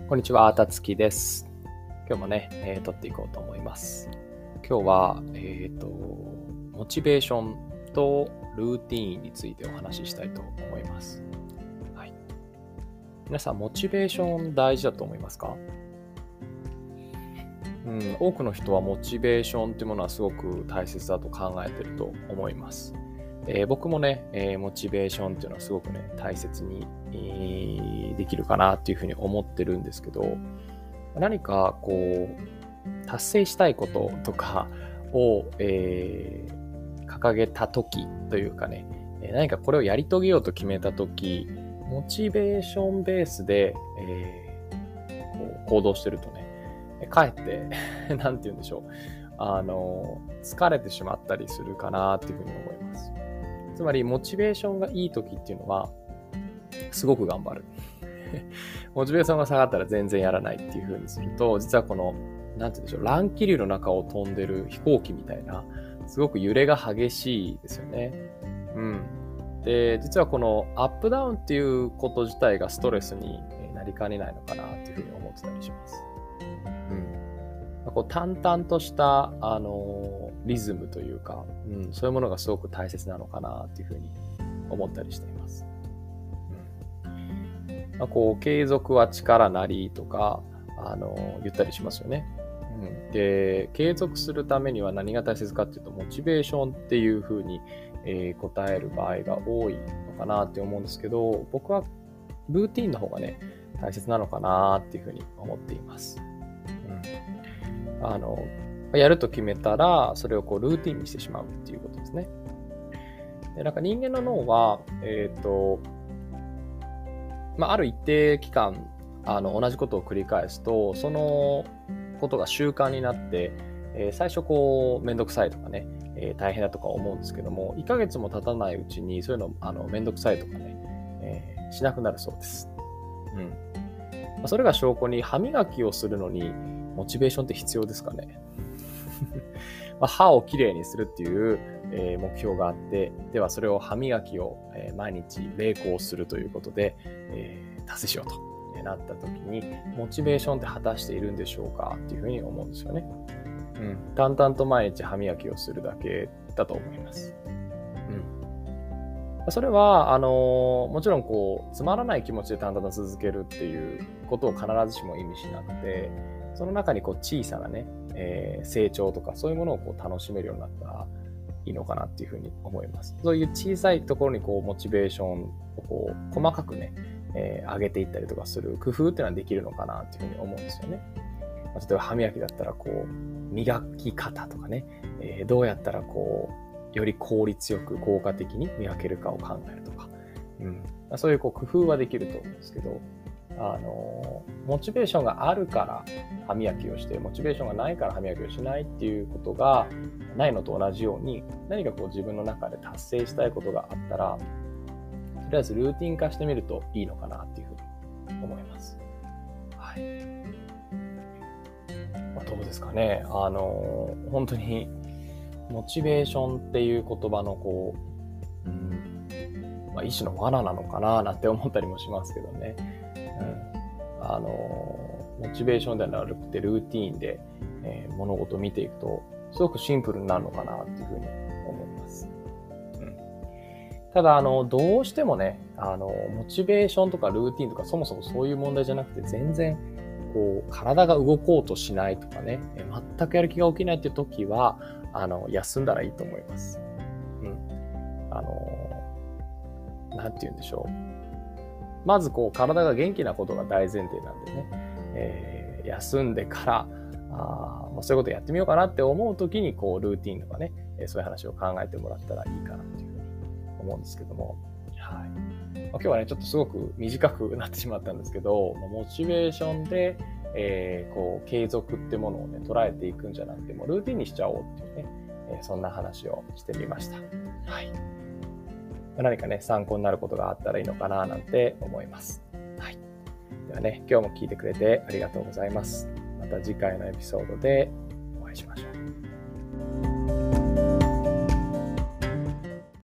こんにちは、たつきです。今日もね、撮っていこうと思います。今日は、モチベーションとルーティーンについてお話ししたいと思います。はい。皆さん、モチベーション大事だと思いますか？多くの人はモチベーションというものはすごく大切だと考えていると思います。僕もね、モチベーションっていうのはすごくね、大切に、できるかなっていうふうに思ってるんですけど、何かこう、達成したいこととかを、掲げた時というかね、何かこれをやり遂げようと決めた時、モチベーションベースで、こう行動してるとね、かえってなんて言うんでしょう、疲れてしまったりするかなっていうふうに思います。つまりモチベーションがいい時っていうのはすごく頑張る。モチベーションが下がったら全然やらないっていう風にすると、実はこのなんて言うんでしょう、乱気流の中を飛んでる飛行機みたいな、すごく揺れが激しいですよね。で、実はこのアップダウンっていうこと自体がストレスになりかねないのかなっていう風に思ってたりします。こう淡々としたリズムというか、そういうものがすごく大切なのかなっていうふうに思ったりしています。こう継続は力なりとか言ったりしますよね。で、継続するためには何が大切かっていうと、モチベーションっていうふうに、答える場合が多いのかなって思うんですけど、僕はルーティンの方がね大切なのかなっていうふうに思っています。やると決めたら、それをこうルーティンにしてしまうっていうことですね。で、なんか人間の脳は、ある一定期間、同じことを繰り返すと、そのことが習慣になって、最初こう、めんどくさいとかね、大変だとか思うんですけども、1ヶ月も経たないうちに、そういうの、めんどくさいとかね、しなくなるそうです。それが証拠に、歯磨きをするのに、モチベーションって必要ですかね？歯をきれいにするっていう、目標があって、ではそれを歯磨きを、毎日励行するということで、達成しようとなった時に、モチベーションって果たしているんでしょうかっていうふうに思うんですよね。淡々と毎日歯磨きをするだけだと思います。それはもちろんこうつまらない気持ちで淡々と続けるっていうことを必ずしも意味しなくて、その中にこう小さなね、成長とかそういうものをこう楽しめるようになったらいいのかなっていうふうに思います。そういう小さいところにこうモチベーションをこう細かくね、上げていったりとかする工夫っていうのはできるのかなっていうふうに思うんですよね。例えば歯磨きだったらこう磨き方とかね、どうやったらこうより効率よく効果的に磨けるかを考えるとか、そういうこう工夫はできると思うんですけど、モチベーションがあるから歯磨きをして、モチベーションがないから歯磨きをしないっていうことがないのと同じように、何かこう自分の中で達成したいことがあったら、とりあえずルーティン化してみるといいのかなっていうふうに思います。はい。どうですかね。本当にモチベーションっていう言葉のこう、一種の罠なのかななんて思ったりもしますけどね。モチベーションではなくてルーティーンで、物事を見ていくとすごくシンプルになるのかなっていうふうに思います。ただどうしてもねモチベーションとかルーティーンとかそもそもそういう問題じゃなくて、全然こう体が動こうとしないとかね、全くやる気が起きないっていう時は休んだらいいと思います。なんて言うんでしょう。まずこう体が元気なことが大前提なんでね、休んでからそういうことやってみようかなって思うときにこうルーティンとかね、そういう話を考えてもらったらいいかなっていうふうに思うんですけども、今日はねちょっとすごく短くなってしまったんですけど、モチベーションで、こう継続ってものをね捉えていくんじゃなくて、もうルーティンにしちゃおうっていうね、そんな話をしてみました。何かね参考になることがあったらいいのかななんて思います。ではね、今日も聞いてくれてありがとうございます。また次回のエピソードでお会いしましょう。